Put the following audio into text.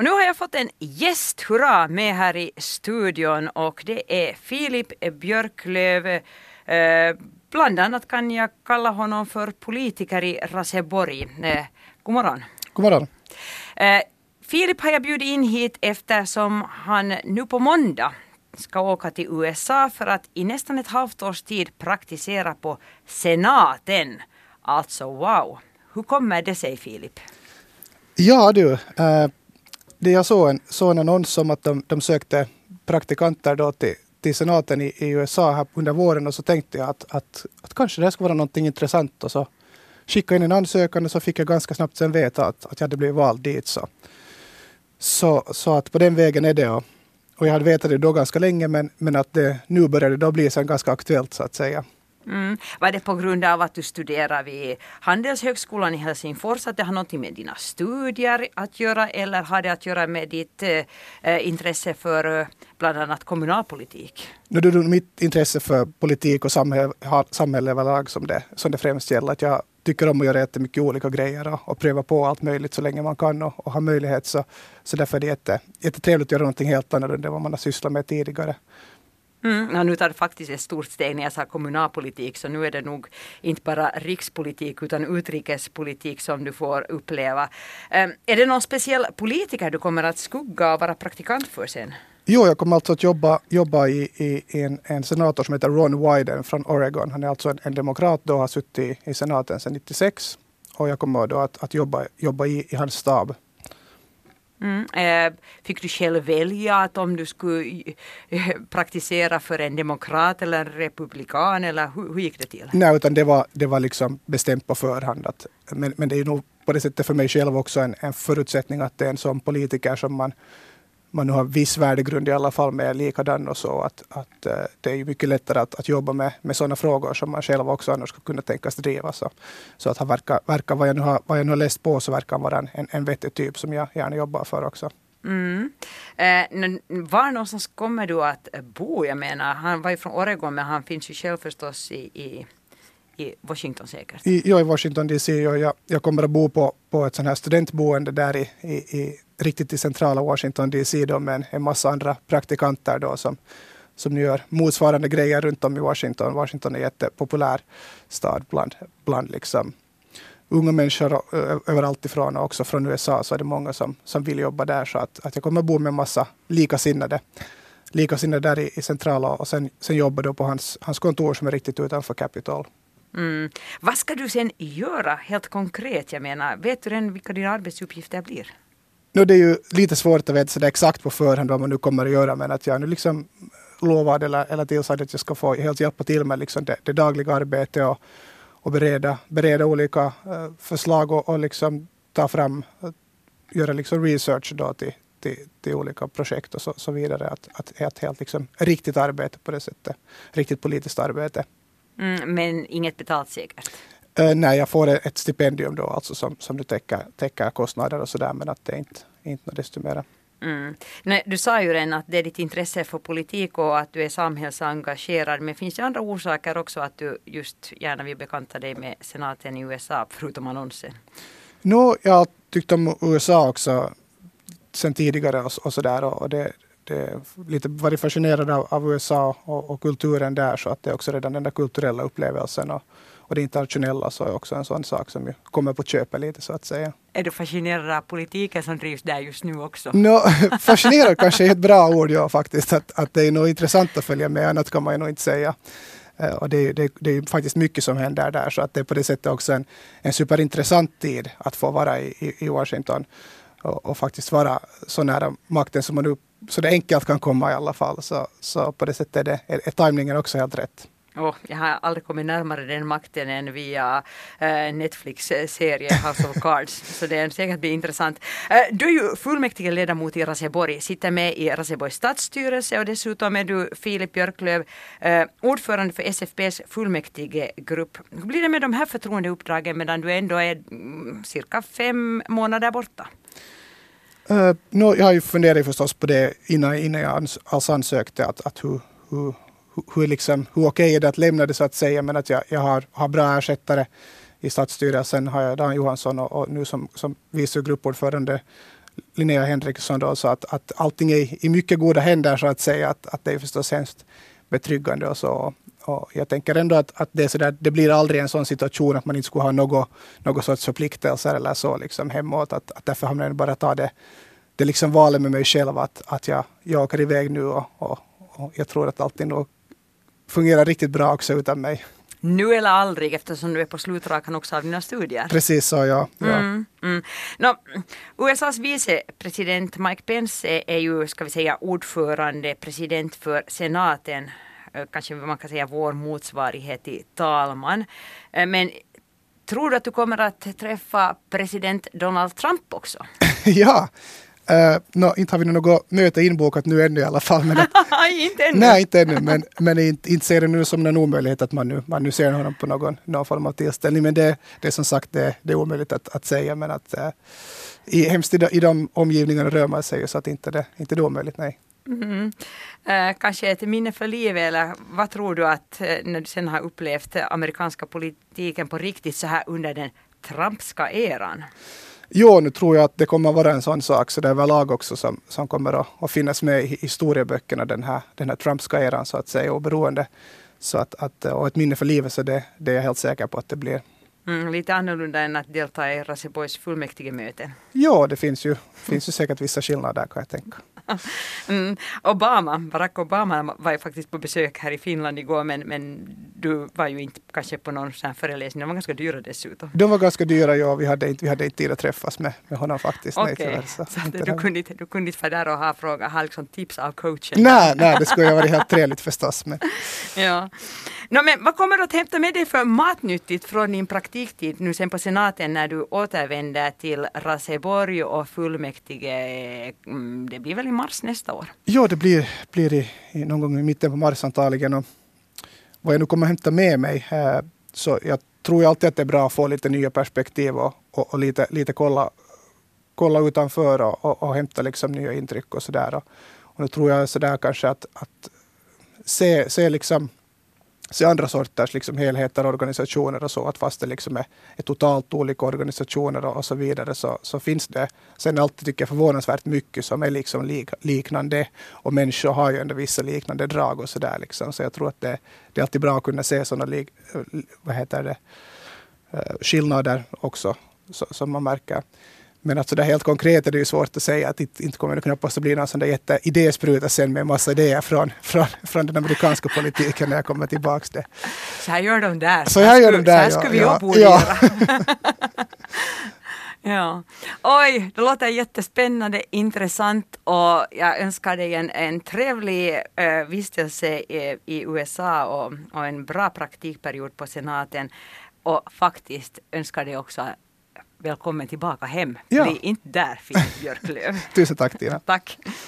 Och nu har jag fått en gäst, hurra, med här i studion och det är Filip Björklöv. Bland annat kan jag kalla honom för politiker i Raseborg. God morgon. God morgon. Filip har jag bjudit in hit eftersom han nu på måndag ska åka till USA för att i nästan ett halvt års tid praktisera på senaten. Alltså wow. Hur kommer det sig, Filip? Ja du, det jag såg en annons om att de sökte praktikanter då till senaten i USA här under våren, och så tänkte jag att kanske det skulle vara någonting intressant, och så skickade in en ansökan och så fick jag ganska snabbt sen veta att jag hade blivit vald dit. Så att på den vägen är det, och jag hade vetat det då ganska länge, men att det nu började då bli sen ganska aktuellt så att säga. Var det på grund av att du studerar vid Handelshögskolan i Helsingfors, att det har något med dina studier att göra, eller har det att göra med ditt intresse för bland annat kommunalpolitik? Mitt intresse för politik och samhälle överlag som det främst gäller, att jag tycker om att göra jättemycket olika grejer och pröva på allt möjligt så länge man kan och ha möjlighet, så därför är det jättetrevligt att göra någonting helt annat än vad man har sysslat med tidigare. Nu tar det faktiskt ett stort steg när jag sa kommunalpolitik, så nu är det nog inte bara rikspolitik utan utrikespolitik som du får uppleva. Är det någon speciell politiker du kommer att skugga och vara praktikant för sen? Jo, jag kommer alltså att jobba i en senator som heter Ron Wyden från Oregon. Han är alltså en demokrat och har suttit i senaten sedan 96, och jag kommer då att jobba i hans stab. Fick du själv välja att om du skulle praktisera för en demokrat eller en republikan, eller hur gick det till? Nej, utan det var liksom bestämt på förhand. Men det är nog på det sättet för mig själv också en förutsättning att det är en sån politiker som man nu har viss värdegrund i alla fall med likadan, och så att det är ju mycket lättare att jobba med sådana frågor som man själv också annars skulle kunna tänkas driva. Så att han verkar vad jag nu har läst på, så verkar han vara en vettig typ som jag gärna jobbar för också. Var någonstans kommer du att bo? Jag menar, han var ju från Oregon, men han finns ju själv förstås i Washington säkert. I Washington DC, och jag kommer att bo på ett sånt här studentboende där i riktigt i centrala Washington DC då, med en massa andra praktikanter då som gör motsvarande grejer runt om i Washington. Washington är en jättepopulär stad bland liksom unga människor överallt ifrån, och också från USA så är det många som vill jobba där, så att jag kommer att bo med en massa likasinnade där i centrala, och sen jobba då på hans kontor som är riktigt utanför Capitol. Vad ska du sen göra helt konkret? Jag menar, vet du än vilka dina arbetsuppgifter blir? Det är ju lite svårt att veta så det exakt på förhand vad man nu kommer att göra, men att jag nu liksom lovade eller tillsade att jag ska få helt hjälpa till med liksom det dagliga arbetet och bereda olika förslag och liksom ta fram, göra liksom research då till olika projekt och så vidare. Att ett helt liksom riktigt arbete på det sättet, riktigt politiskt arbete. Men inget betalt säkert? Nej, jag får ett stipendium då, alltså som du täcker kostnader och sådär, men att det är inte något desto mera. Nej, du sa ju redan att det är ditt intresse för politik och att du är samhällsengagerad, men finns det andra orsaker också att du just gärna vill bekanta dig med senaten i USA förutom annonsen? Jag har tyckt om USA också sen tidigare och sådär, och det lite varit fascinerad av USA och kulturen där, så att det är också redan den där kulturella upplevelsen och det internationella, så är också en sån sak som ju kommer på köpet lite så att säga. Är du fascinerad av politiken som drivs där just nu också? Fascinerad kanske är ett bra ord, ja, faktiskt. Att det är nog intressant att följa med, annat kan man ju nog inte säga. Och det är ju faktiskt mycket som händer där, så att det är på det sättet också en superintressant tid att få vara i Washington och faktiskt vara så nära makten som man nu så det enkelt kan komma i alla fall. Så på det sättet är tajmingen också helt rätt. Jag har aldrig kommit närmare den makten än via Netflix-serie House of Cards. Så det är säkert blir intressant. Du är ju fullmäktige ledamot i Raseborg, sitter med i Raseborgs stadsstyrelse, och dessutom är du, Filip Björklöv, ordförande för SFPs fullmäktigegrupp. Hur blir det med de här förtroendeuppdragen medan du ändå är cirka 5 månader borta? Jag har ju funderat förstås på det innan jag alls ansökte, att hur okej är det att lämna det så att säga, men att jag har bra ersättare i stadsstyrelsen, har jag Dan Johansson och nu som vice gruppordförande Linnea Henriksson då sa att allting är i mycket goda händer så att säga, att det är förstås hemskt betryggande och så. Och jag tänker ändå att det är så där, det blir aldrig en sån situation att man inte skulle ha något sorts förpliktelser eller så liksom hemåt, att därför har man bara ta det liksom valet med mig själv att jag åker iväg nu och jag tror att allting nog fungerar riktigt bra också utan mig. Nu eller aldrig, eftersom du är på slutrakan också av dina studier. Precis så, ja. USAs vicepresident Mike Pence är ju, ska vi säga, ordförande, president för senaten. Kanske man kan säga vår motsvarighet till talman. Men tror du att du kommer att träffa president Donald Trump också? Ja. Inte har vi något möte inbokat nu ännu i alla fall. Men inte ännu. Nej, inte ännu. Men inte ser det nu som en omöjlighet att man nu ser honom på någon form av tillställning. Men det är som sagt det är omöjligt att säga. Men att hemskt i de omgivningarna rör man sig så att inte det är omöjligt, nej. Kanske ett minne för livet, eller vad tror du att när du sen har upplevt amerikanska politiken på riktigt så här under den Trumpska eran? Jo, nu tror jag att det kommer att vara en sån sak så det är överlag också som kommer att finnas med i historieböckerna den här Trumpska eran så att säga oberoende. Så att och ett minne för livet så det är jag helt säker på att det blir. Lite annorlunda än att delta i Raseborgs fullmäktigemöte. Ja, det finns ju säkert vissa skillnader där kan jag tänka. Barack Obama var ju faktiskt på besök här i Finland igår men du var ju inte kanske på någon sån här föreläsning. De var ganska dyra dessutom. De var ganska dyra, ja. Vi hade inte tid att träffas med honom faktiskt. Okej, så du kunde inte vara där och ha liksom tips av coachen? Nej, det skulle ju vara helt trevligt förstås. Men. Ja. Men vad kommer du att hämta med dig för matnyttigt från din praktiktid nu sen på senaten när du återvänder till Raseborg och fullmäktige? Det blir väl i mars nästa år? Ja, det blir i någon gång i mitten på mars antagligen. Och vad jag nu kommer att hämta med mig så jag tror ju alltid att det är bra att få lite nya perspektiv och lite kolla utanför och hämta liksom nya intryck och sådär. Och nu tror jag sådär kanske att se liksom se andra sorters liksom helheter, organisationer och så, att fast det liksom är totalt olika organisationer och så vidare så finns det sen alltid tycker jag förvånansvärt mycket som är liksom liknande och människor har ju ändå vissa liknande drag och sådär liksom, så jag tror att det är alltid bra att kunna se sådana skillnader också som man märker. Men alltså det helt konkret är det ju svårt att säga att inte kommer det knappast att bli någon sån där idéspruta sen med en massa idéer från den amerikanska politiken när jag kommer tillbaka det. Så här gör de där. Så här skulle vi också borde göra. Ja. Oj, det låter jättespännande, intressant och jag önskar dig en trevlig vistelse i USA och en bra praktikperiod på senaten och faktiskt önskar dig också välkommen tillbaka hem. Ja. Bli inte där, Filip Björklöv. Tusen tack, Tina. Tack.